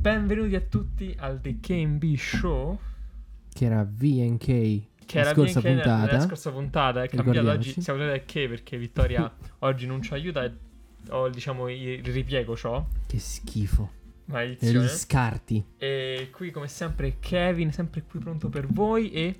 benvenuti a tutti al The KNB Show. Che era VNK Che era scorsa VNK puntata. nella scorsa puntata. È cambiato Ricordiamoci. oggi. Siamo tornati a K perché Vittoria oggi non ci aiuta. E ho, diciamo, il ripiego c'ho. Che schifo. Maledizione. Gli scarti. E qui come sempre Kevin, sempre qui pronto per voi. E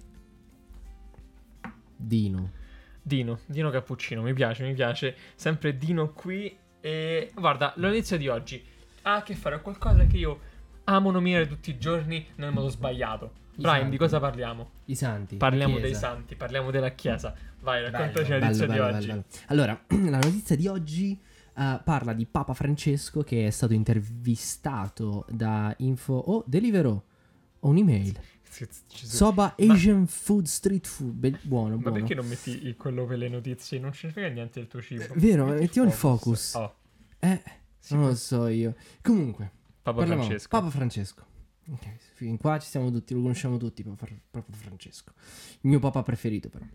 Dino Dino Cappuccino, mi piace. Sempre Dino qui. E guarda, l'inizio di oggi ha a che fare con qualcosa che io amo nominare tutti i giorni nel modo sbagliato. Brian, santi. di cosa parliamo? I santi. Parliamo la dei chiesa. santi, parliamo della chiesa. Vai, raccontaci Bello, la notizia bello, di bello, oggi. bello. Allora, la notizia di oggi parla di Papa Francesco, che è stato intervistato da Info o Deliveroo o un'email. Soba Asian Food Street Food. Buono. Ma perché non metti quello per le notizie? Non ce ne frega niente del tuo cibo. Vero, mettiamo il focus. Oh, sì, Non lo so io. Comunque, Papa parliamo Francesco. Papa Francesco. Ok, fin qua ci siamo tutti, lo conosciamo tutti, Papa Francesco. Il mio papa preferito, però.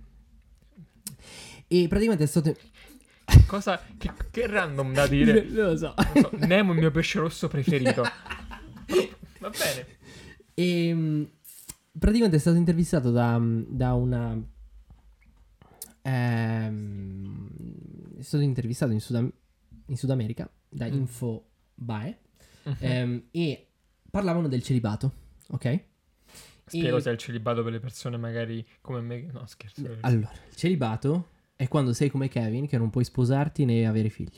E praticamente è stato... Cosa? Che random da dire. Non lo so. Non so, Nemo è il mio pesce rosso preferito. Va bene. E praticamente è stato intervistato da una... è stato intervistato in Sud America da Infobae. E parlavano del celibato, ok? Spiego se è il celibato per le persone magari come me. No, scherzo. Allora, il celibato è quando sei come Kevin, che non puoi sposarti né avere figli.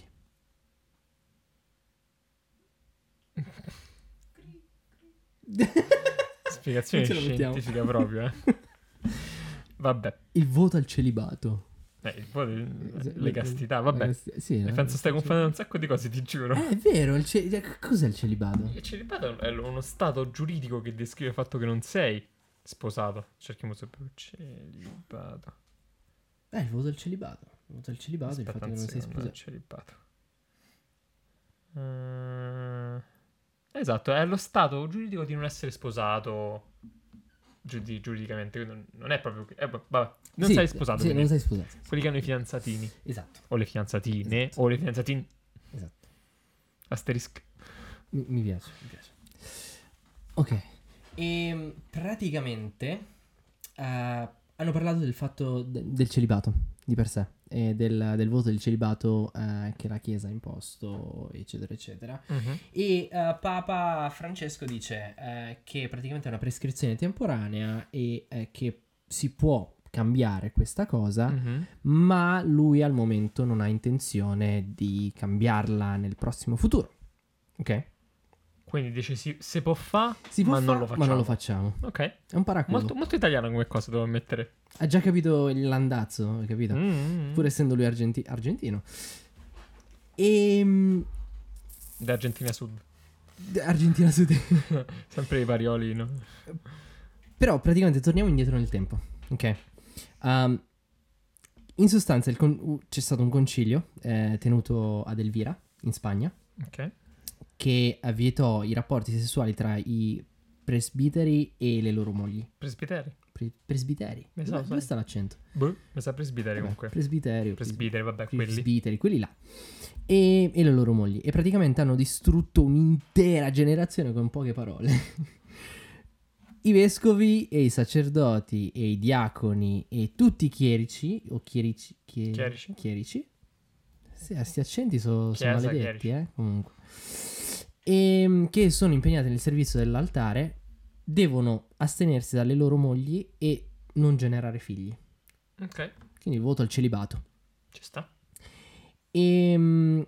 Spiegazione Non ce la mettiamo. scientifica proprio, Vabbè. Il voto al celibato. Le castità, vabbè. Sì, no? Penso stai confondendo un sacco di cose, ti giuro. È vero, cos'è il celibato? Il celibato è uno stato giuridico che descrive il fatto che non sei sposato. Cerchiamo sempre celibato. Il voto al celibato. Il voto al celibato, il Aspetta fatto che un non sei secondo, sposato. celibato. Esatto, è lo stato giuridico di non essere sposato giuridicamente. Non è proprio... vabbè, non sei sposato. Sì, quindi. non sei sposato. Quelli che hanno i fidanzatini. Esatto. O le fidanzatine. Esatto. O le fidanzatine. Esatto. Asterisk. Mi piace. Ok. E praticamente hanno parlato del fatto del celibato di per sé e del voto del celibato che la Chiesa ha imposto, eccetera, eccetera. E Papa Francesco dice che praticamente è una prescrizione temporanea e che si può cambiare questa cosa, ma lui al momento non ha intenzione di cambiarla nel prossimo futuro. Ok? Quindi dice si può fare, Ma non lo facciamo. Ma non lo facciamo. Ok. È un paraculo. Molto, molto italiano come cosa devo ammettere. Ha già capito l'andazzo, hai capito? Pur essendo lui argentino. Da Argentina Sud. Argentina Sud. Sempre i parioli, no? Però praticamente torniamo indietro nel tempo. Ok. In sostanza c'è stato un concilio tenuto ad Elvira, in Spagna, Ok. che vietò i rapporti sessuali tra i presbiteri e le loro mogli. Presbiteri. Presbiteri? Dove sta l'accento? Mi sa presbiteri comunque. Presbiteri, Vabbè, quelli. presbiteri, quelli là. E le loro mogli. E praticamente hanno distrutto un'intera generazione con poche parole. I vescovi e i sacerdoti e i diaconi e tutti i chierici o chierici. Sì, sti accenti sono maledetti, comunque. E che sono impegnati nel servizio dell'altare devono astenersi dalle loro mogli e non generare figli. Ok. Quindi il voto al celibato. Ci sta. E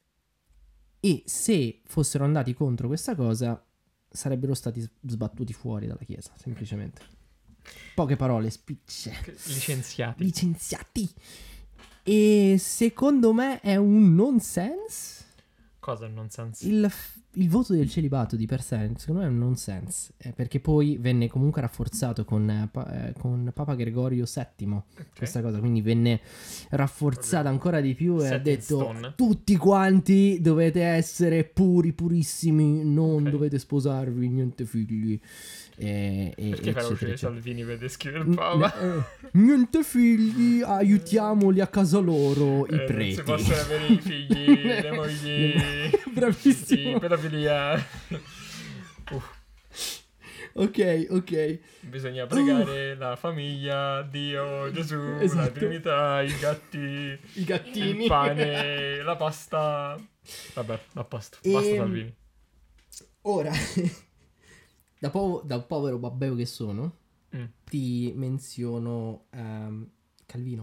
se fossero andati contro questa cosa sarebbero stati sbattuti fuori dalla chiesa, semplicemente. Poche parole, spicce. Licenziati. E secondo me è un nonsense. Cosa è nonsense? Il voto del celibato di per sé, secondo me è un nonsense, perché poi venne comunque rafforzato con Papa Gregorio VII, questa cosa, quindi venne rafforzata ancora di più e ha detto tutti quanti dovete essere purissimi, non dovete sposarvi, niente figli. Perché fai uscire Salvini per descrivere il Papa? Niente figli, aiutiamoli a casa loro, i preti. Non si possono avere i figli, le mogli. Bravissimo. Pedofilia. Ok. Bisogna pregare la famiglia, Dio, Gesù, Esatto. la Trinità, i gatti, I gattini. il pane, la pasta. Vabbè, a posto. Basta Salvini. Ora, da povero babbeo che sono, ti menziono Calvino.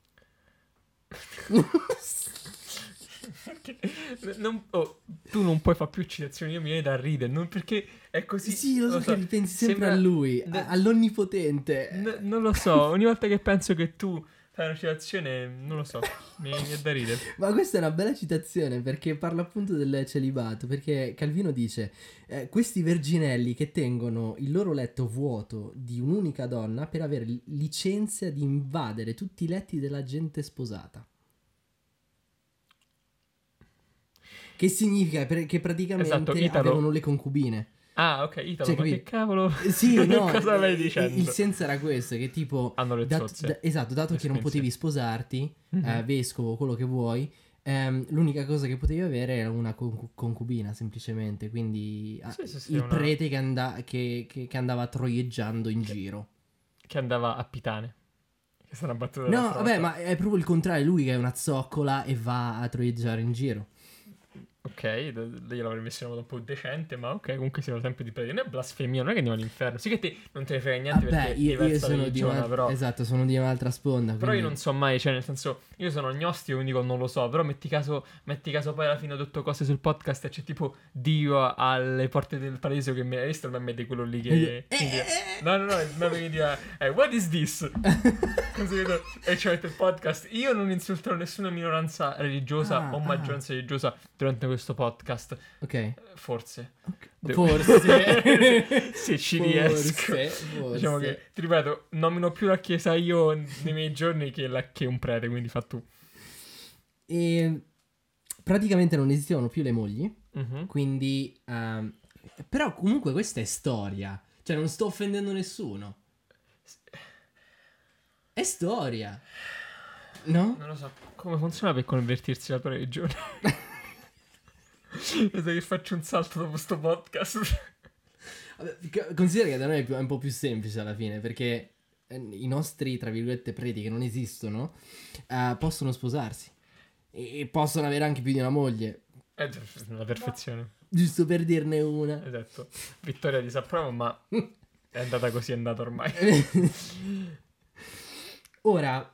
Tu non puoi fare più citazioni, io mi viene da ridere, non perché è così. Sì, lo so che ripensi sempre sembra- a lui, all'onnipotente. Non lo so, ogni volta che penso che tu fai una citazione, non lo so, mi viene da ridere. Ma questa è una bella citazione perché parla appunto del celibato, perché Calvino dice questi verginelli che tengono il loro letto vuoto di un'unica donna per avere licenza di invadere tutti i letti della gente sposata. Che significa che praticamente Esatto, Italo. avevano le concubine. Ah, ok, Italo, Cioè, ma capì? che cavolo? Sì, no, Cosa stai dicendo? il senso era questo, che tipo... Hanno le zozze. esatto, dato Le che non spense. potevi sposarti, Mhm. vescovo, quello che vuoi, l'unica cosa che potevi avere era una concubina, semplicemente. Quindi Sì, il una- prete che andava troieggiando in giro. Che andava a Pitane. Questa è una battuta No, dell'altra vabbè, volta. ma è proprio il contrario, lui che è una zoccola e va a troieggiare in giro. Ok, io l'avrei messo in un modo un po' decente, ma ok, comunque siamo sempre di prete. Non è blasfemia, non è che andiamo all'inferno. Sì che te non te ne frega niente Vabbè, perché io diversa sono di religione, però... esatto, sono di un'altra sponda. Però io quindi- non so mai, cioè nel senso, io sono agnostico, quindi dico non lo so, però metti caso poi alla fine ho detto cose sul podcast e c'è tipo Dio alle porte del paradiso che mi hai visto il meme di quello lì che... No, il meme che dirà, what is this? Così vedo, e c'è il podcast. Io non insulterò nessuna minoranza religiosa o maggioranza religiosa durante questo podcast. Ok. Forse. Forse. Se ci riesco. Forse. Diciamo che, ti ripeto, nomino più la chiesa io nei miei giorni che un prete, quindi fa tu. E praticamente non esistevano più le mogli, Mhm. quindi... però comunque questa è storia. Cioè non sto offendendo nessuno. È storia. No? Non lo so come funziona per convertirsi alla tua religione. Vedo che faccio un salto dopo sto podcast. Vabbè, considera che da noi è un po' più semplice alla fine, perché i nostri, tra virgolette, preti che non esistono, possono sposarsi. E possono avere anche più di una moglie. È la perfezione. Giusto per dirne una. Esatto. Vittoria disapprova, ma è andata così, è andata ormai. Ora,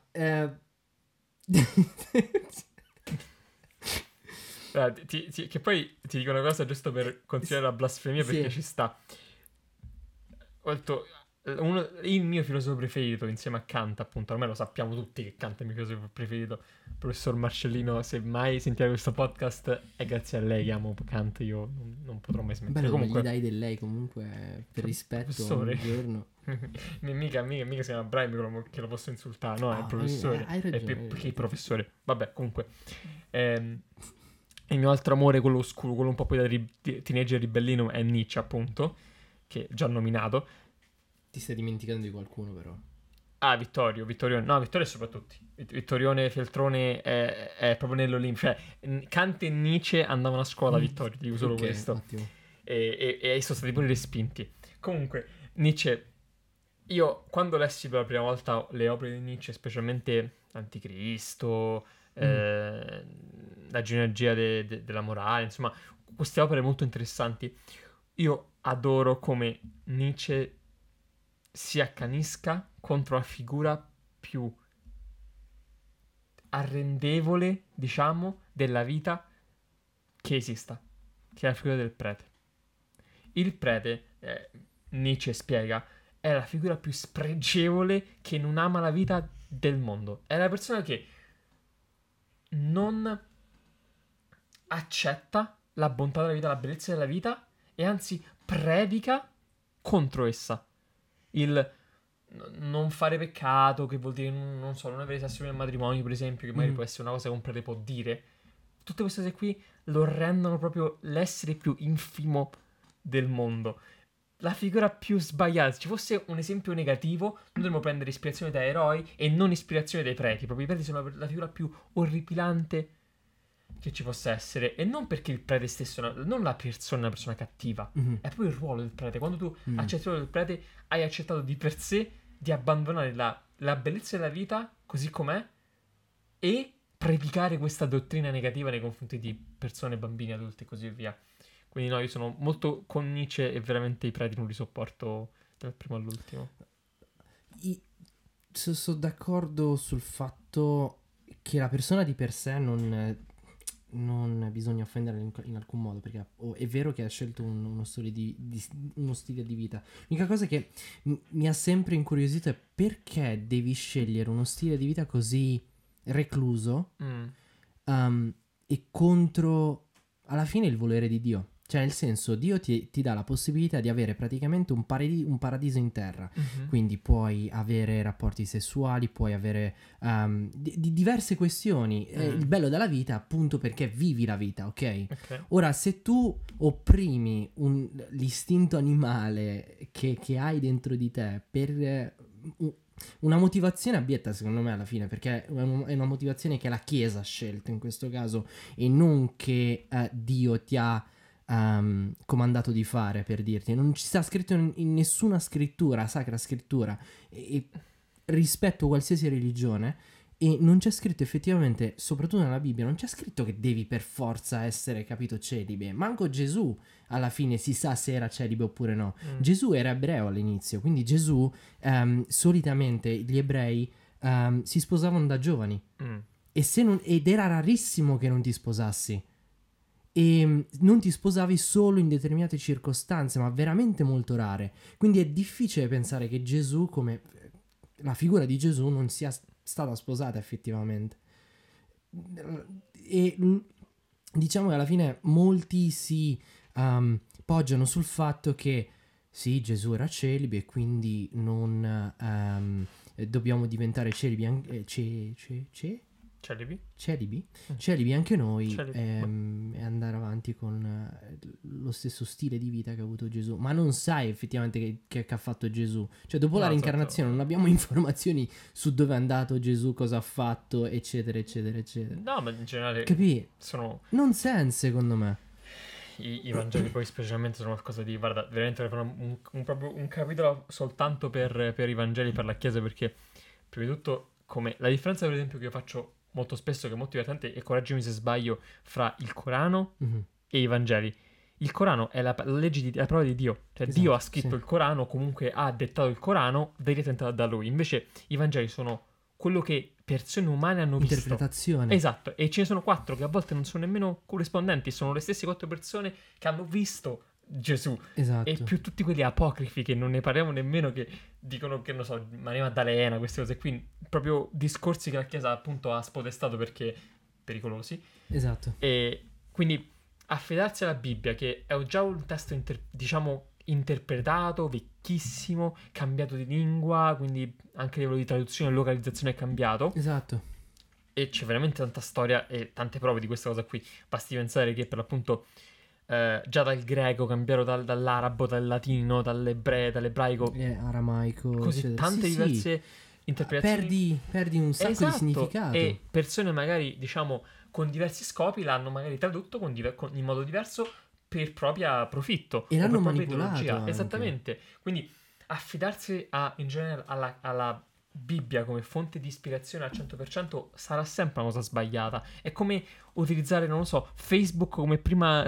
Che poi ti dico una cosa giusto per continuare la blasfemia perché Sì. ci sta. Ho detto, il mio filosofo preferito insieme a Kant, appunto, ormai lo sappiamo tutti che Kant è il mio filosofo preferito. Professor Marcellino, se mai sentirà questo podcast è grazie a lei che amo Kant, io non potrò mai smettere. bello, Comunque, gli dai del lei comunque per rispetto professore. ogni giorno. mica si chiama Brian che lo posso insultare, no, è il professore. Hai ragione, È hai ragione. perché il professore. Vabbè, comunque. Il mio altro amore, quello oscuro, quello un po' poi da teenager ribellino, è Nietzsche, appunto, che già nominato. Ti stai dimenticando di qualcuno però. Ah, Vittorione. No, Vittorio soprattutto. Vittorione, Feltrone è proprio nell'Olimpo. Cioè, Kant e Nietzsche andavano a scuola, Vittorio, dico solo Ok, questo. ottimo. E sono stati pure respinti. Comunque, Nietzsche, io quando lessi per la prima volta le opere di Nietzsche, specialmente Anticristo, la genealogia della morale, insomma, queste opere molto interessanti, io adoro come Nietzsche si accanisca contro la figura più arrendevole, diciamo, della vita che esista, che è la figura del prete. Il prete, Nietzsche spiega, è la figura più spregevole che non ama la vita del mondo. È la persona che non accetta la bontà della vita, la bellezza della vita e anzi predica contro essa. Il non fare peccato, che vuol dire, non so, non avere sesso nel matrimonio, per esempio, che magari può essere una cosa che un prete può dire. Tutte queste cose qui lo rendono proprio l'essere più infimo del mondo. La figura più sbagliata. Se ci fosse un esempio negativo, noi dovremmo prendere ispirazione da eroi e non ispirazione dai preti. Proprio i preti sono la figura più orripilante che ci possa essere, e non perché il prete stesso, non la persona è una persona cattiva, Mhm. è proprio il ruolo del prete. Quando tu Mm. accetti il ruolo del prete, hai accettato di per sé di abbandonare la bellezza della vita così com'è e predicare questa dottrina negativa nei confronti di persone, bambini, adulti e così via. Quindi no, io sono molto con Nietzsche e veramente i preti non li sopporto dal primo all'ultimo. Sono d'accordo sul fatto che la persona di per sé non bisogna offenderla in alcun modo, perché è vero che ha scelto uno stile uno stile di vita. L'unica cosa che mi ha sempre incuriosito è perché devi scegliere uno stile di vita così recluso e contro alla fine il volere di Dio. Cioè, nel senso, Dio ti dà la possibilità di avere praticamente un paradiso in terra. Mhm. Quindi puoi avere rapporti sessuali, puoi avere di diverse questioni. Il bello della vita è appunto perché vivi la vita, ok? Ok. Ora, se tu opprimi l'istinto animale che hai dentro di te per una motivazione abietta, secondo me, alla fine, perché è una motivazione che la Chiesa ha scelto in questo caso e non che Dio ti ha comandato di fare, per dirti. Non ci sta scritto in nessuna scrittura, sacra scrittura, e rispetto a qualsiasi religione, e non c'è scritto effettivamente, soprattutto nella Bibbia, non c'è scritto che devi per forza essere, capito, celibe. Manco Gesù alla fine si sa se era celibe oppure no. Gesù era ebreo all'inizio, quindi Gesù solitamente gli ebrei si sposavano da giovani ed era rarissimo che non ti sposassi. E non ti sposavi solo in determinate circostanze, ma veramente molto rare. Quindi è difficile pensare che Gesù, come la figura di Gesù, non sia stata sposata effettivamente. E diciamo che alla fine molti si poggiano sul fatto che sì, Gesù era celibe e quindi non dobbiamo diventare celibi anche Celibi? celibi anche noi Celibi. e andare avanti con lo stesso stile di vita che ha avuto Gesù. Ma non sai effettivamente che ha fatto Gesù. Cioè, dopo la No, reincarnazione non abbiamo informazioni su dove è andato Gesù, cosa ha fatto, eccetera, eccetera, eccetera. No, ma in generale Capì? sono Nonsense, secondo me. i Vangeli poi specialmente sono qualcosa di, guarda, veramente vorrei fare proprio un capitolo soltanto per i Vangeli, per la Chiesa, perché prima di tutto, come la differenza per esempio che io faccio molto spesso, che è molto divertente, e correggimi se sbaglio, fra il Corano Mhm. e i Vangeli. Il Corano è la legge la parola di Dio, cioè Esatto, Dio ha scritto sì. il Corano, comunque ha dettato il Corano direttamente da lui. Invece i Vangeli sono quello che persone umane hanno visto. Interpretazione. Esatto, e ce ne sono 4 che a volte non sono nemmeno corrispondenti, sono le stesse 4 persone che hanno visto Gesù. Esatto. E più tutti quelli apocrifi che non ne parliamo nemmeno, che dicono che, non so, Maria Maddalena, queste cose qui, proprio discorsi che la Chiesa appunto ha spodestato perché pericolosi. Esatto. E quindi affidarsi alla Bibbia, che è già un testo diciamo interpretato, vecchissimo, cambiato di lingua, quindi anche a livello di traduzione e localizzazione è cambiato, Esatto. e c'è veramente tanta storia e tante prove di questa cosa qui. Basti pensare che per l'appunto già dal greco cambiarono dall'arabo, dal latino, dall'ebraico, Aramaico. così eccetera. tante Sì, diverse interpretazioni. Perdi un sacco Esatto, di significato. e persone magari, diciamo, con diversi scopi l'hanno magari tradotto in modo diverso per proprio profitto E o l'hanno per propria manipolato ideologia. anche. Esattamente. Quindi affidarsi in generale alla Bibbia come fonte di ispirazione al 100% sarà sempre una cosa sbagliata. È come utilizzare, non lo so, Facebook come prima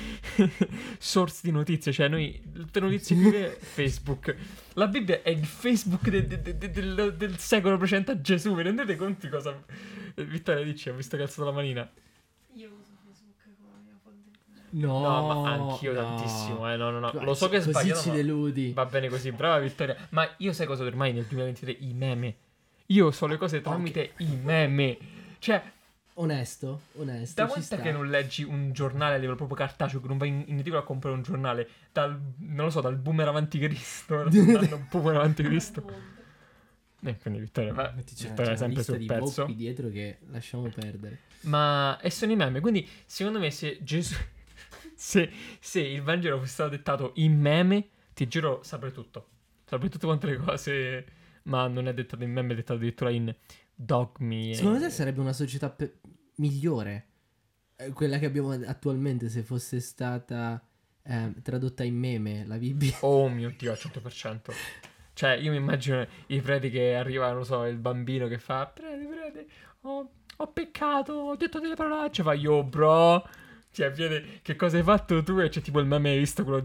source di notizie. Cioè, noi le notizie più vere Facebook. La Bibbia è il Facebook del secolo precedente a Gesù. Vi rendete conto di cosa Vittoria dice? Ho visto che ha alzato la manina. Io uso Facebook come mia fonte di No, No, ma anch'io tantissimo. No. Tu- Lo so che è così sbagliato, ci ma deludi. va bene così. Brava Vittoria. Ma io sai cosa ormai nel 2023? I meme. Io so le cose tramite i meme. Cioè, Onesto, da ci quant'è sta. che non leggi un giornale a livello proprio cartaceo, che non vai in edicola a comprare un giornale non lo so, dal boomer avanti Cristo, un boomer avanti Cristo. Quindi Vittoria, Vittoria è sempre sul di pezzo. bocchi dietro che lasciamo perdere. Ma e sono i meme, quindi secondo me se Gesù se il Vangelo fosse stato dettato in meme, ti giuro saprei tutto. Saprei tutte quante le cose, ma non è dettato in meme, è dettato addirittura in dogmi. Secondo te sarebbe una società migliore Quella che abbiamo attualmente, se fosse stata tradotta in meme, la Bibbia. Oh mio Dio, al 100%. Cioè, io mi immagino i preti che arriva, non lo so, il bambino che fa: prete, ho peccato, ho detto delle parolacce. Fa: yo, bro, ti avviene, che cosa hai fatto tu? E c'è tipo il meme, hai visto quello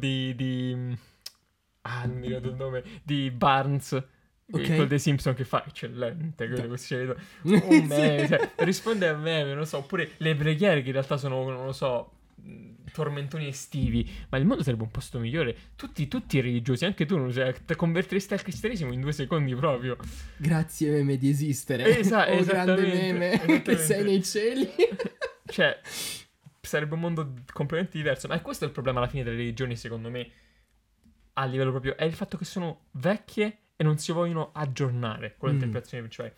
non mi ricordo il nome, di Barnes, Ok. quello dei Simpson che fa: eccellente, quello che si vede. Sì. Un meme, cioè, risponde a meme, non lo so, oppure le preghiere che in realtà sono, non lo so, tormentoni estivi, ma il mondo sarebbe un posto migliore. Tutti i religiosi, anche tu, cioè, ti convertiresti al cristianesimo in 2 secondi proprio. Grazie meme di esistere. Esatto, Oh, grande esattamente, meme che esattamente. sei nei cieli. Cioè, sarebbe un mondo completamente diverso. Ma questo è il problema alla fine delle religioni, secondo me, a livello proprio, è il fatto che sono vecchie e non si vogliono aggiornare con le interpretazioni principali.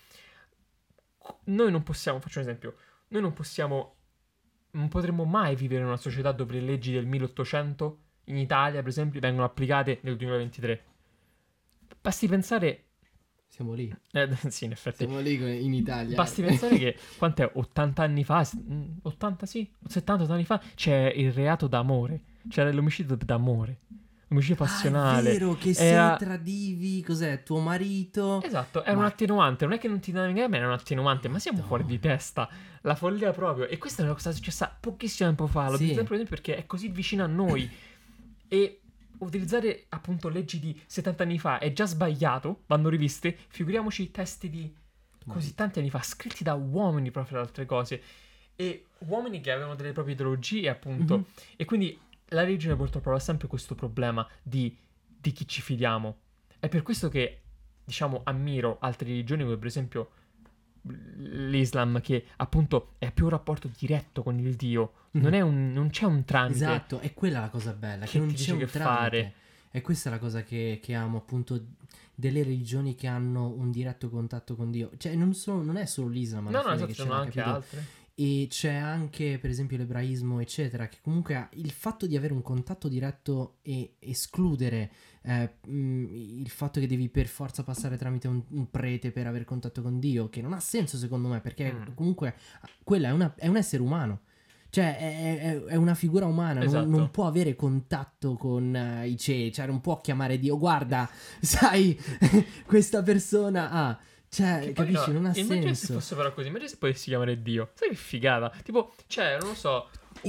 Noi non possiamo, faccio un esempio, noi non potremmo mai vivere in una società dove le leggi del 1800 in Italia, per esempio, vengono applicate nel 2023. Basti pensare... Siamo lì. Sì, in effetti. Siamo lì in Italia. Basti pensare che, quant'è, 80 anni fa, 80 sì, 70 anni fa, c'è il reato d'amore. C'era l'omicidio d'amore. L'omicidio passionale. È vero che Era- se tradivi, cos'è, tuo marito. Esatto, è un Ma- attenuante. Non è che non ti danno bene, è un attenuante. Ma siamo Madonna. fuori di testa. La follia proprio. E questa è una cosa successa pochissimo tempo fa. L'ho Sì. detto sempre perché è così vicino a noi. E utilizzare appunto leggi di 70 anni fa è già sbagliato, vanno riviste. Figuriamoci testi di così tanti anni fa, scritti da uomini proprio da altre cose. E uomini che avevano delle proprie ideologie, appunto. Mhm. E quindi la religione purtroppo ha sempre questo problema di chi ci fidiamo. È per questo che, diciamo, ammiro altre religioni come per esempio l'Islam, che appunto è più un rapporto diretto con il Dio. Non, non c'è un tramite. Esatto, è quella la cosa bella, che Che non ti c'è dice un che tramite. fare. E questa è la cosa che amo, appunto, delle religioni che hanno un diretto contatto con Dio. Cioè, non è solo l'Islam, alla No, fine, esatto, che ci ce sono l'ha, anche capito? altre. E c'è anche, per esempio, l'ebraismo, eccetera, che comunque ha il fatto di avere un contatto diretto e escludere il fatto che devi per forza passare tramite un prete per avere contatto con Dio, che non ha senso secondo me, perché comunque quella è un essere umano. Cioè, è una figura umana, Esatto. non può avere contatto con i cieli, cioè non può chiamare Dio, guarda, sai, questa persona ha... Cioè, Che poi capisci, no, non ha immagina se senso. fosse però così, immagina se potessi chiamare Dio. Sai che figata? Tipo, cioè, non lo so,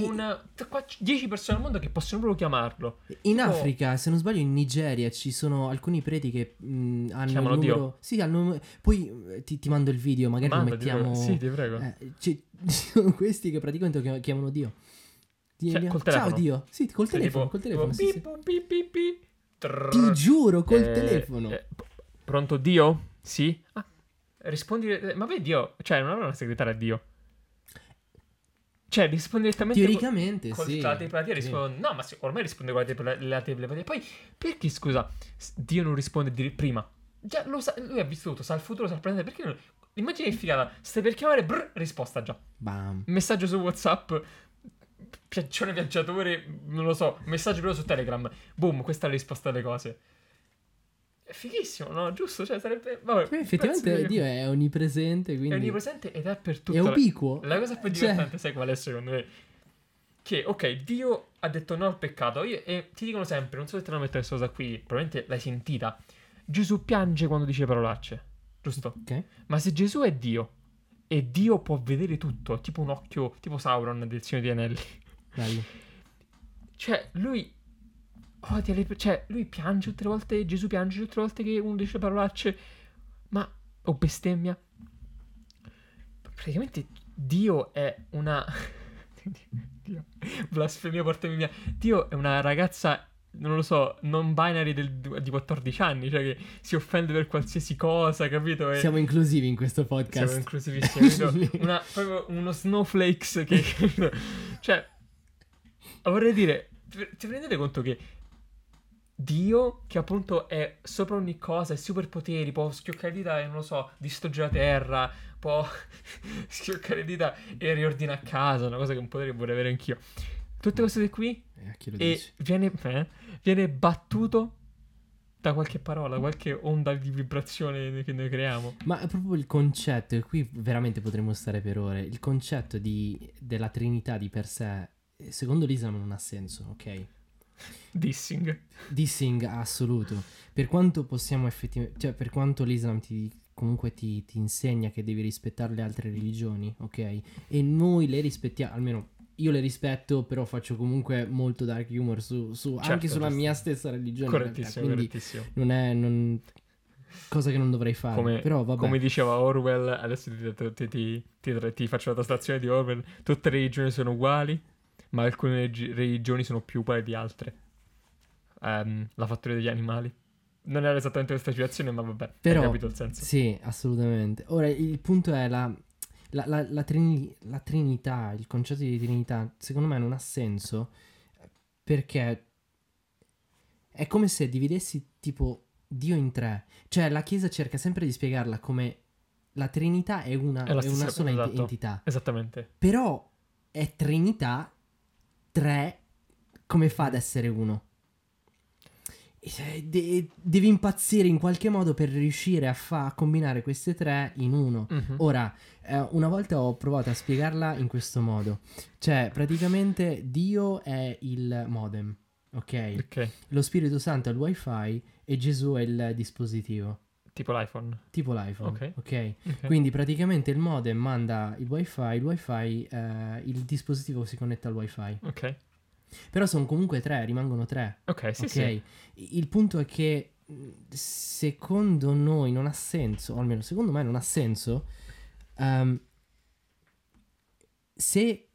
10 persone al mondo che possono proprio chiamarlo. In Tipo- Africa, se non sbaglio, in Nigeria ci sono alcuni preti che hanno Chiamano il numero. Dio. Sì, poi ti mando il video, magari Manda, lo ti prego. mettiamo. Sì, ti prego. Ci sono questi che praticamente chiamano Dio. Cioè, col Ciao telefono? Dio. Sì, col Cioè, telefono, tipo- col telefono. tipo, Sì, sì. pip, pip, pip, pip. Trrr. Ti giuro, col Eh, telefono. Pronto, Dio? Sì? Ah, rispondi... ma vedi Dio? Cioè, non avrà una segretaria a Dio. Cioè, risponde direttamente... Teoricamente, Con sì. la telepatia Sì. risponde... No, ma ormai risponde con la telepatia. Poi, perché, scusa, Dio non risponde prima? Già, lo sa, lui ha visto tutto, sa il futuro, sa il presente. Perché non... Immagina che figata. Stai per chiamare, risposta già. Bam. Messaggio su WhatsApp, piaccione viaggiatore, non lo so, messaggio però su Telegram. Boom, questa è la risposta alle cose. È fighissimo, no? Giusto? Cioè, sarebbe... Vabbè, Cioè, effettivamente penso che- Dio è onnipresente, è quindi onnipresente ed è per tutto. è ubiquo. La cosa più Cioè, divertente, sai qual è secondo me? Che, ok, Dio ha detto no al peccato. E ti dicono sempre, non so se te la metto questa cosa qui, probabilmente l'hai sentita. Gesù piange quando dice parolacce, giusto? ok. Ma se Gesù è Dio e Dio può vedere tutto, tipo un occhio, tipo Sauron del Signore degli Anelli. Bello. Cioè, lui odia cioè, lui piange tutte le volte, Gesù piange tutte le volte che uno dice parolacce, ma o bestemmia. Praticamente Dio è una Dio, blasfemia, portami via. Dio è una ragazza, non lo so, non binary di 14 anni, cioè che si offende per qualsiasi cosa, capito? E Siamo inclusivi in questo podcast. siamo inclusivissimi, capito? Proprio uno snowflakes che cioè, vorrei dire, ti rendete conto che Dio, che appunto è sopra ogni cosa, ha superpoteri, può schioccare le dita e non lo so, distruggere la terra, può schioccare le dita e riordina a casa, una cosa che un potere che vorrei avere anch'io. Tutte queste cose qui A chi lo e dici? viene battuto da qualche parola, qualche onda di vibrazione che noi creiamo. Ma è proprio il concetto, e qui veramente potremmo stare per ore. Il concetto della Trinità di per sé, secondo l'Islam, non ha senso, ok? Dissing assoluto. Per quanto possiamo effettivamente, cioè per quanto l'Islam comunque ti insegna che devi rispettare le altre religioni, ok? E noi le rispettiamo, almeno io le rispetto, però faccio comunque molto dark humor Certo, anche sulla mia stessa religione. In realtà, Correttissimo, quindi correttissimo. non è cosa che non dovrei fare. Però vabbè. Come diceva Orwell, adesso ti faccio la traslazione di Orwell, tutte le religioni sono uguali, ma alcune religioni sono più uguali di altre. La fattoria degli animali. Non era esattamente questa situazione, ma vabbè, Però, hai capito il senso. Sì, assolutamente. Ora, il punto è la Trinità, il concetto di Trinità, secondo me non ha senso, perché è come se dividessi tipo Dio in tre. Cioè, la Chiesa cerca sempre di spiegarla come la Trinità è una sola esatto. entità. Esattamente. Però è Trinità, tre, come fa ad essere uno? Devi impazzire in qualche modo per riuscire a combinare queste tre in uno. Mhm. Ora, una volta ho provato a spiegarla in questo modo. Cioè, praticamente Dio è il modem, ok? Ok, Lo Spirito Santo è il wifi e Gesù è il dispositivo, tipo l'iPhone. tipo l'iPhone, Ok. ok? Ok. Quindi praticamente il modem manda il wifi, il dispositivo si connette al wifi. Ok. Però sono comunque tre, rimangono tre. Ok, sì, Ok, sì. il punto è che secondo noi non ha senso, o almeno secondo me non ha senso, se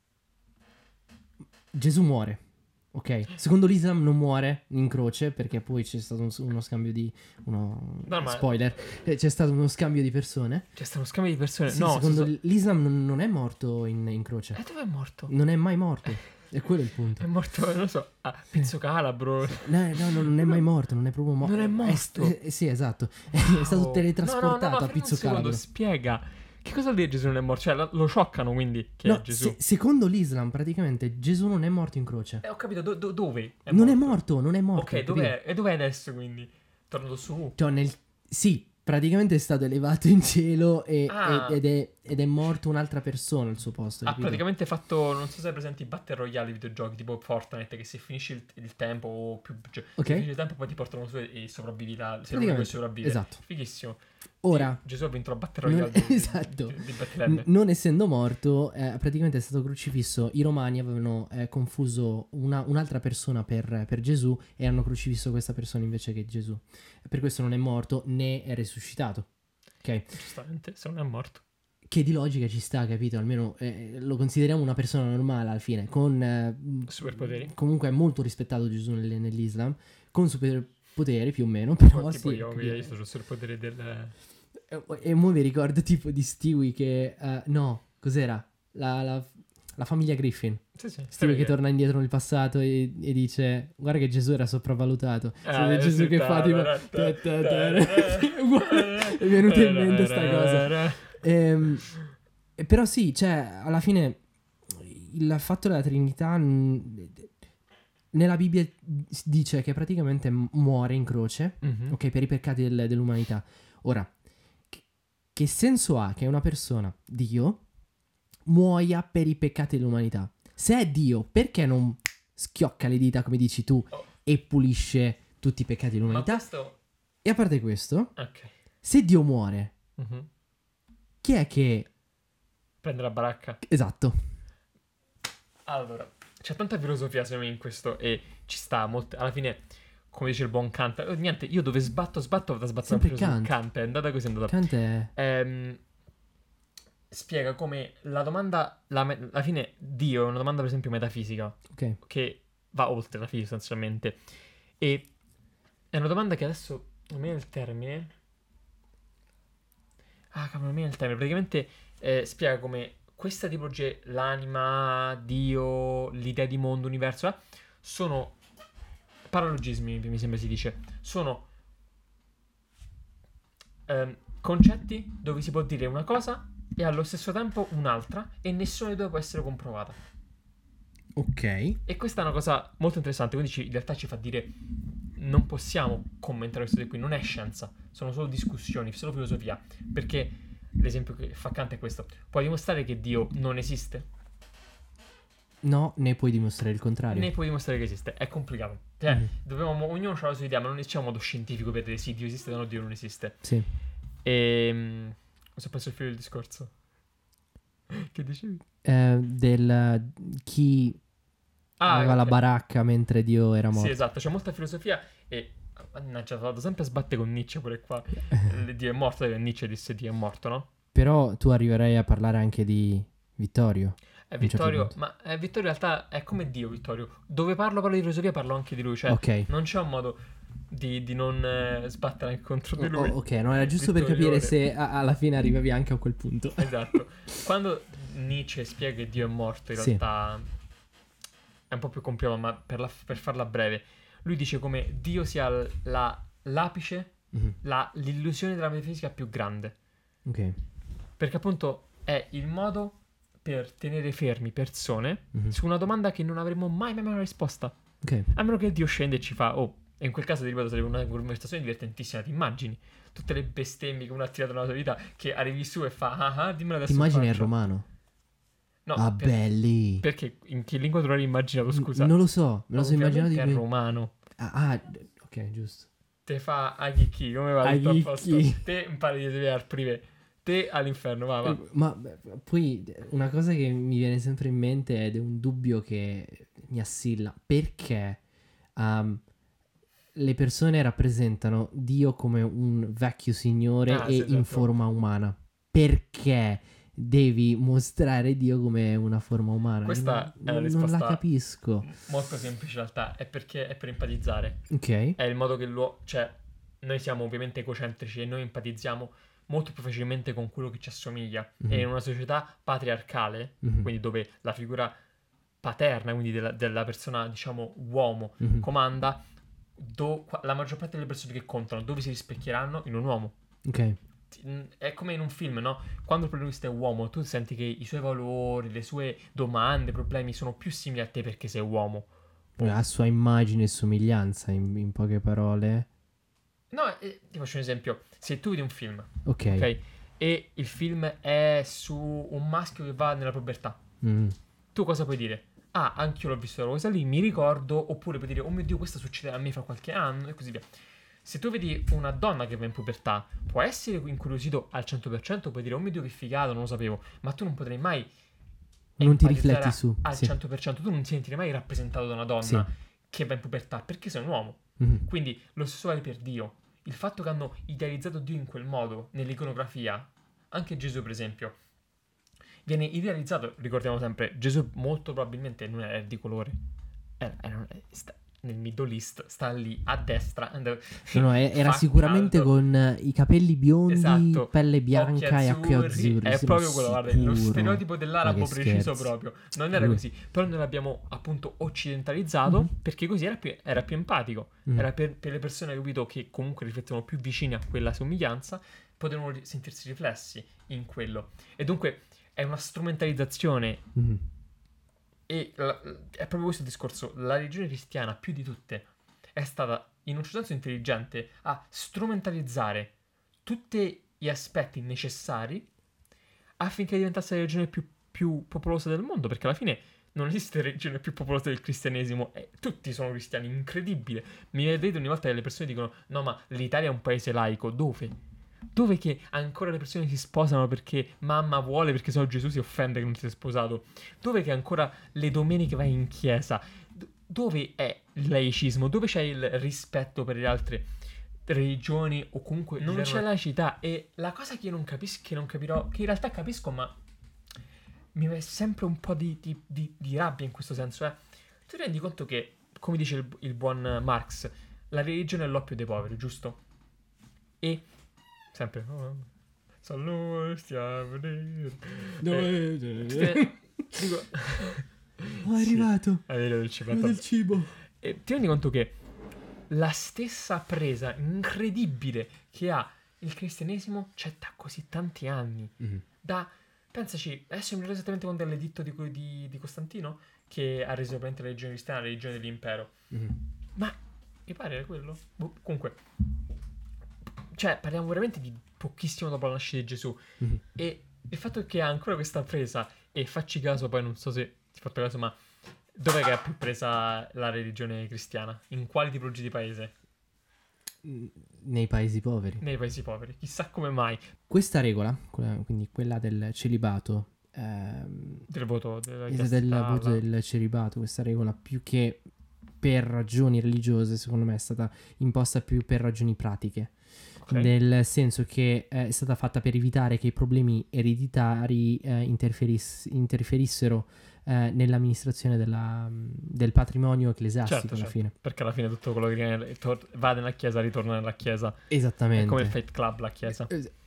Gesù muore, ok? Secondo l'Islam non muore in croce, perché poi c'è stato uno scambio di... No, ma- spoiler, c'è stato uno scambio di persone. C'è stato uno scambio di persone. Sì, No, secondo l'Islam non è morto in croce, dove è morto? non è mai morto, è quello il punto. È morto, non lo so, a Pizzo Calabro. No, non è mai morto, non è proprio morto. Non è morto? Sì, esatto. È stato teletrasportato a Pizzo Calabro. Spiega. Che cosa vuol dire Gesù non è morto? Cioè, lo scioccano quindi che No, è Gesù. secondo l'Islam, praticamente, Gesù non è morto in croce. Ho capito, dove? Non è morto. Ok, capito? dov'è? E dov'è adesso quindi? Tornato su? Cioè, sì, praticamente è stato elevato in cielo Ah. ed è morto un'altra persona al suo posto. Ha capito? praticamente fatto, non so se hai presenti i Battle Royale, i videogiochi tipo Fortnite, che se finisci il tempo o più... Cioè, Ok. se finisci il tempo poi ti portano su e sopravvivi là. Se non Praticamente, puoi sopravvivere. esatto. Fighissimo. Ora, Gesù ha vinto la Battle Royale esatto. di Betlemme. Non essendo morto, praticamente è stato crocifisso. I romani avevano confuso un'altra persona per Gesù e hanno crocifisso questa persona invece che Gesù. Per questo non è morto né è risuscitato. Ok? Giustamente, se non è morto. Che di logica ci sta, capito? Almeno lo consideriamo una persona normale alla fine, con Superpoteri. comunque è molto rispettato Gesù nell'Islam, con superpoteri più o meno, però Tipo sì, io, capito? io sto sul superpotere del... E mo mi ricordo tipo di Stewie che... no, cos'era? La famiglia Griffin. Sì, sì. Stewie che torna indietro nel passato e dice guarda che Gesù era sopravvalutato. È Gesù che fa tipo... È venuta in mente sta cosa. Però sì, cioè, alla fine il fatto della Trinità nella Bibbia dice che praticamente muore in croce, Mhm. ok, per i peccati dell'umanità. Ora, che senso ha che una persona, Dio, muoia per i peccati dell'umanità? Se è Dio, perché non schiocca le dita, come dici tu, Oh. e pulisce tutti i peccati Ma dell'umanità? questo... E a parte questo, Ok. se Dio muore, Mhm. chi è che... Prende la baracca. Esatto. Allora, c'è tanta filosofia secondo me in questo e ci sta molto... Alla fine, come dice il buon Kant, niente, io dove sbatto, vado a sbattere Sempre sempre su Kant. Kant. È andata così, è andata... Kant è... Spiega come la domanda... alla fine, Dio è una domanda per esempio metafisica, Ok. che va oltre la fisica sostanzialmente. E è una domanda che adesso non mi viene il termine. Ah, cavolo, non mi viene il termine. Praticamente spiega come questa tipologia, l'anima, Dio, l'idea di mondo, universo, sono paralogismi, mi sembra si dice. Sono concetti dove si può dire una cosa e allo stesso tempo un'altra e nessuna delle due può essere comprovata. Ok. E questa è una cosa molto interessante, quindi in realtà ci fa dire non possiamo commentare queste cose qui, non è scienza, sono solo discussioni, solo filosofia, perché l'esempio che fa Kant è questo: puoi dimostrare che Dio non esiste? No, né puoi dimostrare il contrario. Ne puoi dimostrare che esiste, è complicato. Cioè, Mhm. ognuno ha la sua idea, ma non c'è un modo scientifico per dire sì, Dio esiste, no, Dio non esiste. Sì. Non so, penso il filo del discorso. Che dicevi? Del chi aveva la ok. baracca mentre Dio era morto. Sì, esatto, c'è molta filosofia e mannaggia, vado sempre a sbattere con Nietzsche pure qua. Dio è morto, Nietzsche disse Dio è morto, no? Però tu arriverai a parlare anche di Vittorio. È a un certo Vittorio, punto. ma Vittorio in realtà è come Dio, Vittorio. Dove parlo di filosofia, parlo anche di lui, cioè Ok. non c'è un modo di non sbattere anche contro di lui. Ok, no, era giusto per capire se alla fine arrivavi anche a quel punto. Esatto. Quando Nietzsche spiega che Dio è morto, in Sì. realtà è un po' più complicato, ma per farla breve, lui dice come Dio sia l'apice, Mhm. l'illusione della metafisica più grande. Ok. Perché appunto è il modo per tenere fermi persone Mhm. su una domanda che non avremmo mai una risposta. Ok. A meno che Dio scende e ci fa, oh, e in quel caso, ti ripeto, sarebbe una conversazione divertentissima. Ti immagini tutte le bestemmie che uno ha tirato nella sua vita, che arrivi su e fa, dimmi adesso. Ti immagini il faccio. romano? No, Ah, belli. perché in che lingua tu l'hai immaginato, scusa? Non lo so, me lo sono immaginato Ovviamente di è più. romano. Ok, giusto. Te fa Aghicchi, come va? Tutto a posto. Aghicchi. Te impari di studiare privé. Te all'inferno, va. Ma poi una cosa che mi viene sempre in mente ed è un dubbio che mi assilla. Perché le persone rappresentano Dio come un vecchio signore e Sì, in esatto. forma umana? Perché devi mostrare Dio come una forma umana? Questa Io è la non risposta la capisco. molto semplice in realtà, è perché è per empatizzare. Ok. È il modo che cioè, noi siamo ovviamente egocentrici e noi empatizziamo molto più facilmente con quello che ci assomiglia. Mhm. E in una società patriarcale, Mhm. quindi dove la figura paterna, quindi della persona, diciamo, uomo, Mhm. comanda, la maggior parte delle persone che contano, dove si rispecchieranno? In un uomo. Ok. È come in un film, no? Quando il protagonista è uomo, tu senti che i suoi valori, le sue domande, problemi sono più simili a te perché sei uomo. A sua immagine e somiglianza, in poche parole. No, ti faccio un esempio. Se tu vedi un film, Ok. ok? E il film è su un maschio che va nella pubertà, Mm. tu cosa puoi dire? Ah, anch'io l'ho visto quella cosa lì, mi ricordo. Oppure puoi dire, oh mio Dio, questo succede a me fra qualche anno e così via. Se tu vedi una donna che va in pubertà, può essere incuriosito al 100%, puoi dire, oh mio Dio, che figata, non lo sapevo. Ma tu non potrai mai Non ti empatizzare rifletti su. al Sì. 100%. Tu non ti sentirai mai rappresentato da una donna Sì. che va in pubertà, perché sei un uomo. Mhm. Quindi lo stesso vale per Dio. Il fatto che hanno idealizzato Dio in quel modo, nell'iconografia, anche Gesù per esempio, viene idealizzato, ricordiamo sempre, Gesù molto probabilmente non era di colore. Nel Middle East, sta lì a destra. No, era Fa sicuramente caldo. con i capelli biondi, Esatto, pelle bianca e occhi azzurri. è sono proprio quello, guarda, lo sicuro. stereotipo Ma dell'arabo che preciso scherzi. proprio. Non era Lui. così, però noi l'abbiamo appunto occidentalizzato Mhm. perché così era più empatico. Mm. Era per le persone, capito, che comunque riflettono più vicine a quella somiglianza, potevano sentirsi riflessi in quello. E dunque è una strumentalizzazione. Mhm. E è proprio questo il discorso. La religione cristiana, più di tutte, è stata in un certo senso intelligente a strumentalizzare tutti gli aspetti necessari affinché diventasse la religione più popolosa del mondo, perché alla fine non esiste religione più popolosa del cristianesimo e tutti sono cristiani, incredibile. Mi vedete ogni volta che le persone dicono no, ma l'Italia è un paese laico. Dove che ancora le persone si sposano perché mamma vuole, perché sennò Gesù si offende che non si è sposato? Dove che ancora le domeniche vai in chiesa? Dove è il laicismo? Dove c'è il rispetto per le altre religioni o comunque non c'è laicità? E la cosa che io non capisco, che non capirò, che in realtà capisco, ma mi è sempre un po' di rabbia in questo senso, tu ti rendi conto che, come dice il buon Marx, la religione è l'oppio dei poveri, giusto? E sempre dico Oh, è arrivato. è vero del Quello del cibo. e ti rendi conto che la stessa presa incredibile che ha il cristianesimo c'è da così tanti anni. Mhm. Pensaci, adesso mi ricordo esattamente quando è l'editto di Costantino che ha reso praticamente la religione cristiana la religione dell'impero. Mhm. Ma Mi pare era quello. Comunque, cioè, parliamo veramente di pochissimo dopo la nascita di Gesù. Mhm. E il fatto è che ha ancora questa presa, e facci caso, poi non so se ti fatto caso, ma dov'è che ha più presa la religione cristiana? In quali tipologie di paese? Nei paesi poveri. Nei paesi poveri. Chissà come mai. Questa regola, quindi quella del celibato, Del voto della del castità, voto del celibato, questa regola più che per ragioni religiose, secondo me è stata imposta più per ragioni pratiche. ok. Nel senso che è stata fatta per evitare che i problemi ereditari interferissero nell'amministrazione del patrimonio ecclesiastico Certo, alla certo. fine. Perché alla fine tutto quello che viene, va nella chiesa ritorna nella chiesa. È Esattamente. come il Fight Club, la chiesa.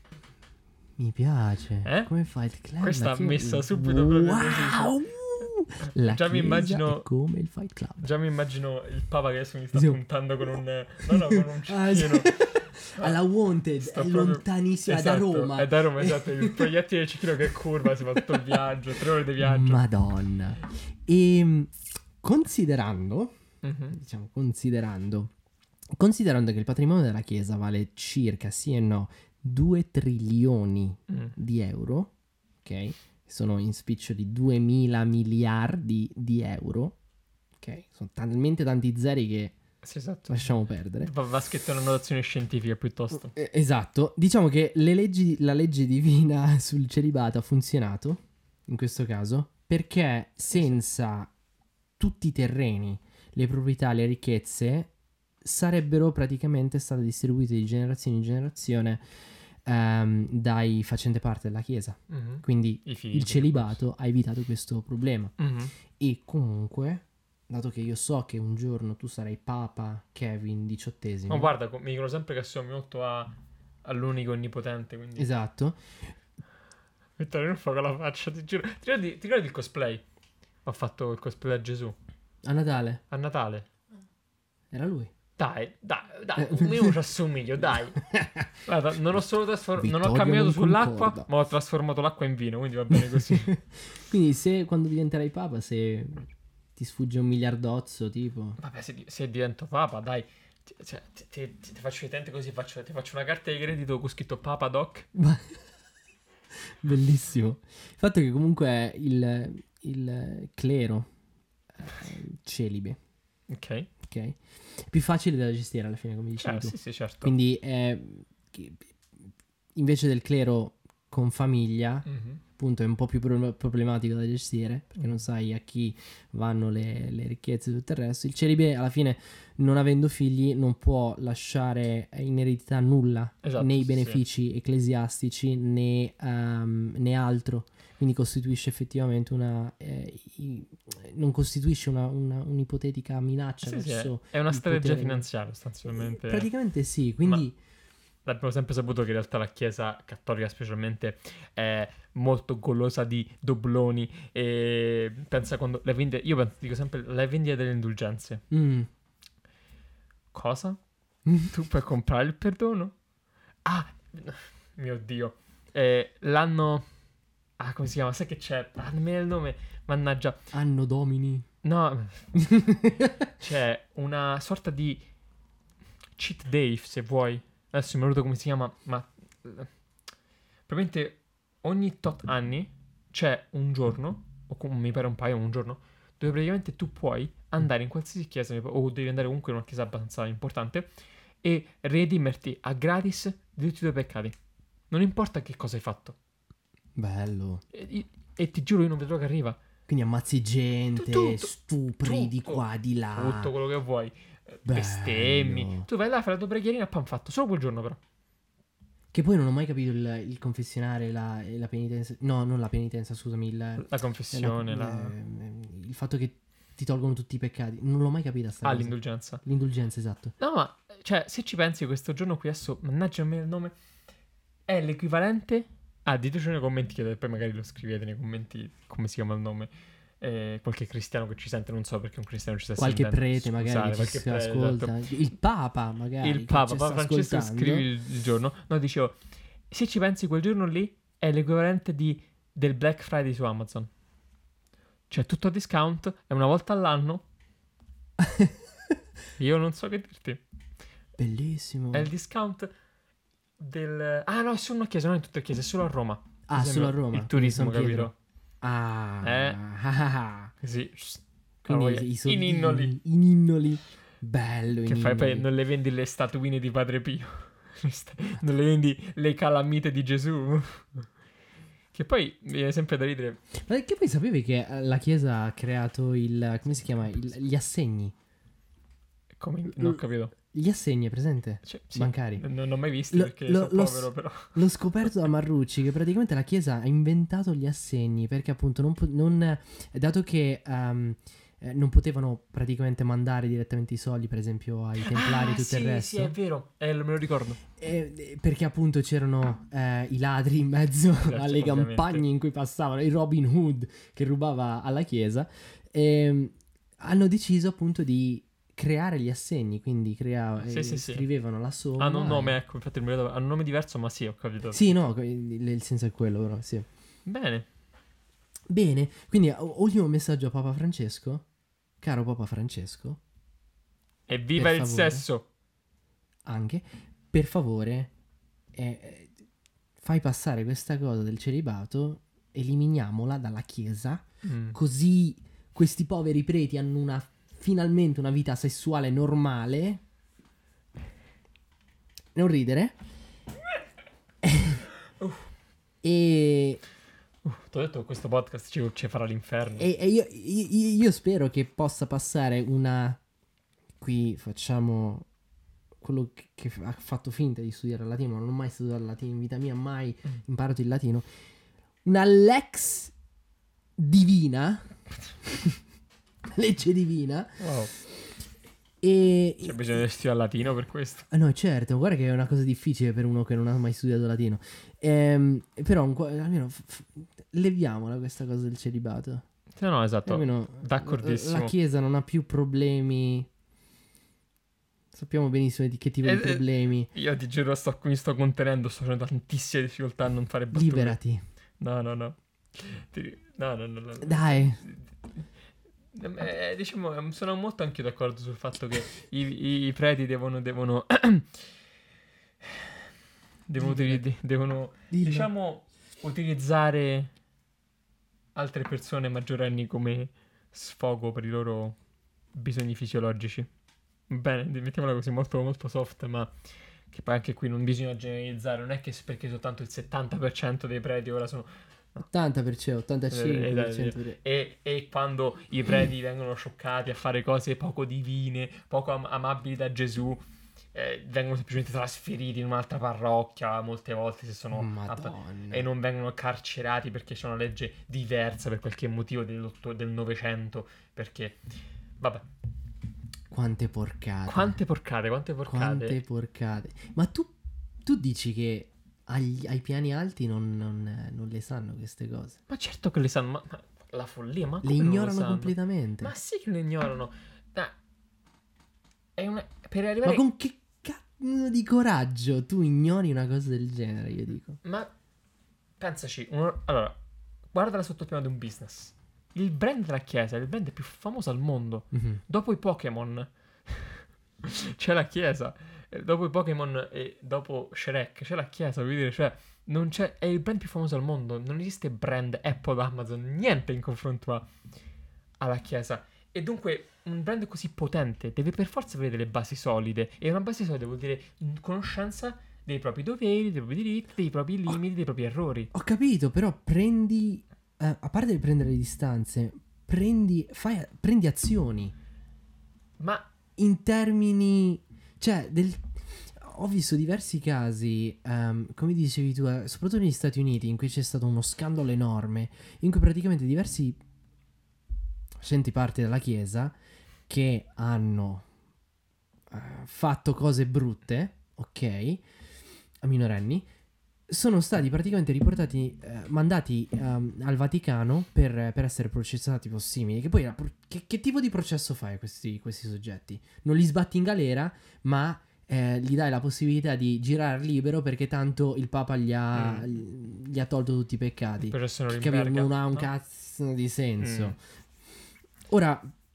Mi piace. Eh? Come Fight Club? Questa la chiesa- messa subito proprio Wow! La Già mi chiesa immagino- è come il Fight Club. Già mi immagino il Papa che adesso mi sta Sì. puntando con un... No, con un Ah, sì. cecchino. Alla Wanted, Sta è proprio- lontanissima, è da Esatto, Roma. È da Roma, esatto. Il proiettile del cecchino che curva, si fa tutto il viaggio, 3 ore di viaggio. Madonna. E considerando, Mhm. diciamo, considerando che il patrimonio della Chiesa vale circa, sì e no, 2 trilioni Mm. di euro, ok? Sono in spiccioli 2000 miliardi di euro, ok? Sono talmente tanti zeri che Sì, esatto. lasciamo perdere. Va scritto una notazione scientifica piuttosto. Esatto, diciamo che la legge divina sul celibato ha funzionato, in questo caso, perché senza tutti i terreni, le proprietà, le ricchezze, sarebbero praticamente state distribuite di generazione in generazione dai facente parte della Chiesa. Mhm. Quindi I figli. il celibato ha evitato questo problema. Mhm. E comunque, dato che io so che un giorno tu sarai Papa Kevin XVIII, Ma guarda, mi dicono sempre che assommi molto all'unico onnipotente, quindi... esatto, Vittorio, non fa quella faccia, ti giuro. Ti ricordi il cosplay? Ho fatto il cosplay a Gesù. a Natale A Natale. era lui. Dai, un minimo ci assomiglio, dai. Guarda, non ho solo non ho Vittorio camminato non sull'acqua, concorda. ma ho trasformato l'acqua in vino, quindi va bene così. Quindi se quando diventerai Papa, se ti sfugge un miliardozzo, tipo... Vabbè, se divento papa, dai. Ti faccio i tempi così, ti faccio una carta di credito con scritto Papa Doc. Bellissimo. Il fatto è che comunque il clero celibe, Ok. ok? Più facile da gestire alla fine, come dicevi tu. Sì, certo. Quindi invece del clero con famiglia, Mhm. appunto è un po' più problematico da gestire, perché non sai a chi vanno le ricchezze e tutto il resto. Il celibe alla fine, non avendo figli, non può lasciare in eredità nulla, Esatto, né i sì, benefici ecclesiastici né altro. Quindi costituisce effettivamente non costituisce un'ipotetica minaccia Sì, verso è una il strategia potere. finanziaria, sostanzialmente. Praticamente sì, quindi Abbiamo sempre saputo che in realtà la Chiesa cattolica specialmente è molto golosa di dobloni e pensa quando dico sempre le vendite delle indulgenze. Cosa? Tu puoi comprare il perdono? Ah, mio Dio. L'anno... Ah, come si chiama? Sai che c'è? Ah, non mi viene il nome. Mannaggia. anno domini. No, c'è una sorta di cheat day, se vuoi. Adesso mi è venuto come si chiama, ma... Probabilmente ogni tot anni c'è un giorno, mi pare un paio, un giorno, dove praticamente tu puoi andare in qualsiasi chiesa, o devi andare comunque in una chiesa abbastanza importante, e redimerti a gratis di tutti i tuoi peccati. Non importa che cosa hai fatto. Bello. E ti giuro, io non vedo che arriva. Quindi ammazzi gente, Tutto, stupri di tutto, qua, di là. Tutto quello che vuoi. Bello. Bestemmi. Tu vai là, fai la tua preghierina e pan fatto. Solo quel giorno però. Che poi non ho mai capito il confessionare e la penitenza. No, non la penitenza, scusami. La confessione, il fatto che ti tolgono tutti i peccati. Non l'ho mai capita sta cosa. l'indulgenza. L'indulgenza, esatto. No, ma, cioè, se ci pensi, questo giorno qui adesso, mannaggia a me il nome, è l'equivalente... Ah, diteci nei commenti, che poi magari lo scrivete nei commenti come si chiama il nome. Qualche cristiano che ci sente, non so perché un cristiano ci sta Qualche sentendo. prete magari che ci qualche prete, ascolta. esatto. Il Papa magari. Il che Papa, ci Papa sta Francesco, ascoltando. scrivi il giorno. No, dicevo, se ci pensi, quel giorno lì è l'equivalente del Black Friday su Amazon. Cioè, tutto a discount, è una volta all'anno. Io non so che dirti. Bellissimo. È il discount del... Ah no, è solo una chiesa, non è in tutte le chiese, è solo a Roma. Ah, Mi solo a sembra Roma. Il quindi turismo, San Pietro. capito? Ah. Così. Quindi i soldini, in innoli. i ninnoli. Bello, Che i fai poi? ninnoli. Non le vendi le statuine di Padre Pio. Non le vendi le calamite di Gesù. Che poi mi viene sempre da ridere. Ma che poi sapevi che la Chiesa ha creato il... come si chiama? Gli assegni. Come? Non ho capito. Gli assegni, è presente? Cioè, sì, Bancari. Non ho mai visti Lo- perché lo- sono lo povero, s- però. L'ho scoperto da Marrucci che praticamente la Chiesa ha inventato gli assegni perché appunto dato che non potevano praticamente mandare direttamente i soldi per esempio ai templari e tutto sì, il resto. sì, è vero. Me lo ricordo. Perché appunto c'erano i ladri in mezzo alle ovviamente. campagne in cui passavano, il Robin Hood che rubava alla Chiesa. E hanno deciso appunto di creare gli assegni, quindi Sì. scrivevano la somma. Hanno un nome, ecco, infatti non mi ricordo. Hanno un nome diverso, ma sì, ho capito. Sì, no, il senso è quello, però, sì. Bene. Bene, quindi ultimo messaggio a Papa Francesco. Caro Papa Francesco, Evviva Per il favore. sesso. anche, per favore, fai passare questa cosa del celibato, eliminiamola dalla Chiesa, così questi poveri preti hanno finalmente una vita sessuale normale. Non ridere. E Ti ho detto che questo podcast ci farà l'inferno. io spero che possa passare una... Qui facciamo quello che ha fatto finta di studiare il latino, ma non ho mai studiato il latino in vita mia, mai imparato il latino. Una lex divina, legge divina. Wow. E C'è bisogno di studiare latino per questo. no, certo, guarda che è una cosa difficile per uno che non ha mai studiato latino. Però almeno leviamola questa cosa del celibato. No, esatto. Almeno D'accordissimo. la Chiesa non ha più problemi. Sappiamo benissimo di che tipo di problemi. Io ti giuro, mi sto contenendo, sto facendo tantissime difficoltà a non fare battute. Liberati. No. No. Dai. Diciamo, sono molto anche d'accordo sul fatto che i preti devono Dillo. devono diciamo, utilizzare altre persone maggiorenni come sfogo per i loro bisogni fisiologici. Bene, mettiamola così, molto, molto soft, ma che poi anche qui non bisogna generalizzare. Non è che perché soltanto il 70% dei preti ora sono... 80%, 85%. E quando i preti vengono scioccati a fare cose poco divine, poco amabili da Gesù, vengono semplicemente trasferiti in un'altra parrocchia molte volte se sono Madonna. e non vengono carcerati perché c'è una legge diversa per qualche motivo del Novecento, perché vabbè, Quante porcate. quante porcate. Quante porcate. Ma tu dici che ai piani alti non le sanno queste cose? Ma certo che le sanno, ma la follia, ma Le come non lo ignorano sanno? completamente. Ma sì che le ignorano. Per Ma arrivare... con che cazzo di coraggio tu ignori una cosa del genere, io dico. Ma pensaci, allora, guardala sotto il piano di un business. Il brand della Chiesa è il brand più famoso al mondo. Mhm. Dopo i Pokémon c'è la Chiesa. Dopo i Pokémon e dopo Shrek c'è la Chiesa, vuol dire, cioè, non c'è, è il brand più famoso al mondo. Non esiste brand Apple, Amazon, niente in confronto alla Chiesa. E dunque un brand così potente deve per forza avere delle basi solide. E una base solida vuol dire conoscenza dei propri doveri, dei propri diritti, dei propri limiti, dei propri errori. Ho capito, però prendi... a parte di prendere le distanze, prendi azioni. Ma In termini... Cioè, ho visto diversi casi, come dicevi tu, soprattutto negli Stati Uniti, in cui c'è stato uno scandalo enorme, in cui praticamente diversi facenti parte della Chiesa che hanno fatto cose brutte, ok, a minorenni, sono stati praticamente riportati, mandati al Vaticano per essere processati simili. Che poi che tipo di processo fai a questi soggetti? Non li sbatti in galera, ma gli dai la possibilità di girare libero perché tanto il Papa gli ha tolto tutti i peccati. il processo Che non ha un no? cazzo di senso. Ora,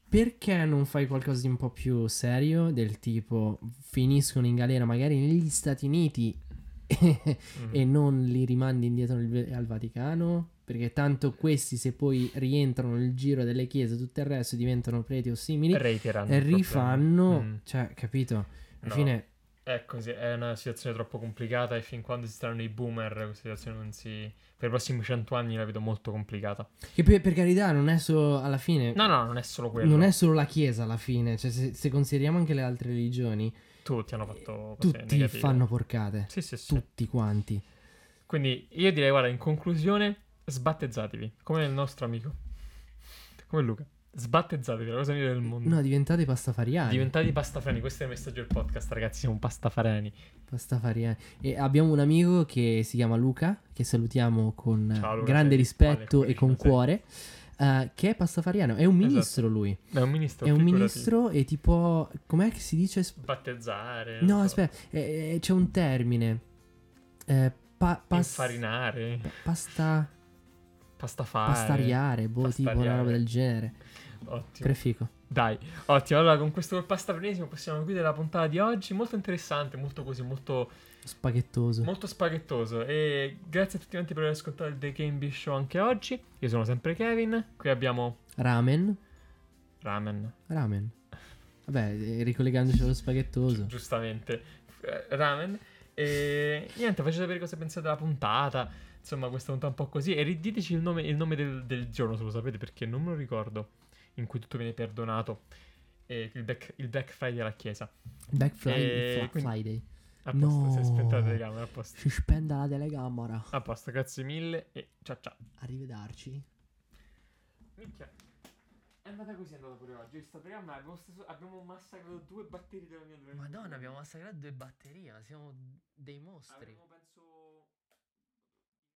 perché non fai qualcosa di un po' più serio, del tipo finiscono in galera magari negli Stati Uniti e non li rimandi indietro al Vaticano? Perché tanto questi, se poi rientrano nel giro delle chiese, tutto il resto diventano preti o simili Reiterano e il problema. rifanno, cioè, capito? Alla No. fine, È così, è una situazione troppo complicata e fin quando esisteranno i boomer questa situazione non si... Per i prossimi 100 anni la vedo molto complicata. che poi, per carità, non è solo alla fine. No, non è solo quello. Non è solo la Chiesa alla fine, cioè se consideriamo anche le altre religioni, Tutti hanno fatto cose tutti negative. fanno porcate, Sì, sì, sì. tutti quanti. Quindi io direi, guarda, in conclusione, sbattezzatevi, come il nostro amico, come Luca. Sbattezzatevi, la cosa migliore del mondo. No, diventate pastafariani. Diventate pastafariani, questo è il messaggio del podcast, ragazzi, siamo pastafariani. Pastafariani. E abbiamo un amico che si chiama Luca, che salutiamo con Ciao, Luca, grande sei rispetto quale e con 15 cuore, che è pastafariano. È un ministro lui. È un ministro, È un figurati. ministro e tipo... Com'è che si dice? Battezzare. No, non so. aspetta, c'è un termine. Infarinare. Pastafare. Pastariare, boh, tipo una Pastariare. roba del genere. Ottimo. Prefico. Dai, ottimo. Allora, con questo pastafarianesimo possiamo chiudere la puntata di oggi. Molto interessante, molto così, molto, Spaghettoso. molto spaghettoso. E grazie a tutti quanti per aver ascoltato il The Game Bee Show anche oggi. Io sono sempre Kevin. Qui abbiamo Ramen. Ramen. Vabbè, ricollegandoci allo spaghettoso. Giustamente. Ramen. E niente, faccio sapere cosa pensate della puntata. Insomma, questa puntata un po' così. E riditeci il nome del giorno, se lo sapete, perché non me lo ricordo. In cui tutto viene perdonato. E il Black Friday alla chiesa. Black Friday. Friday. A posto, No. si è spenta la telecamera, a posto. Si spenda la telecamera. A posto, grazie mille e ciao ciao. Arrivederci. Minchia. È andata così, è andata pure oggi. Sta programma abbiamo massacrato 2 batterie della mia. Madonna, abbiamo massacrato 2 batterie, ma siamo dei mostri. Avremmo, penso...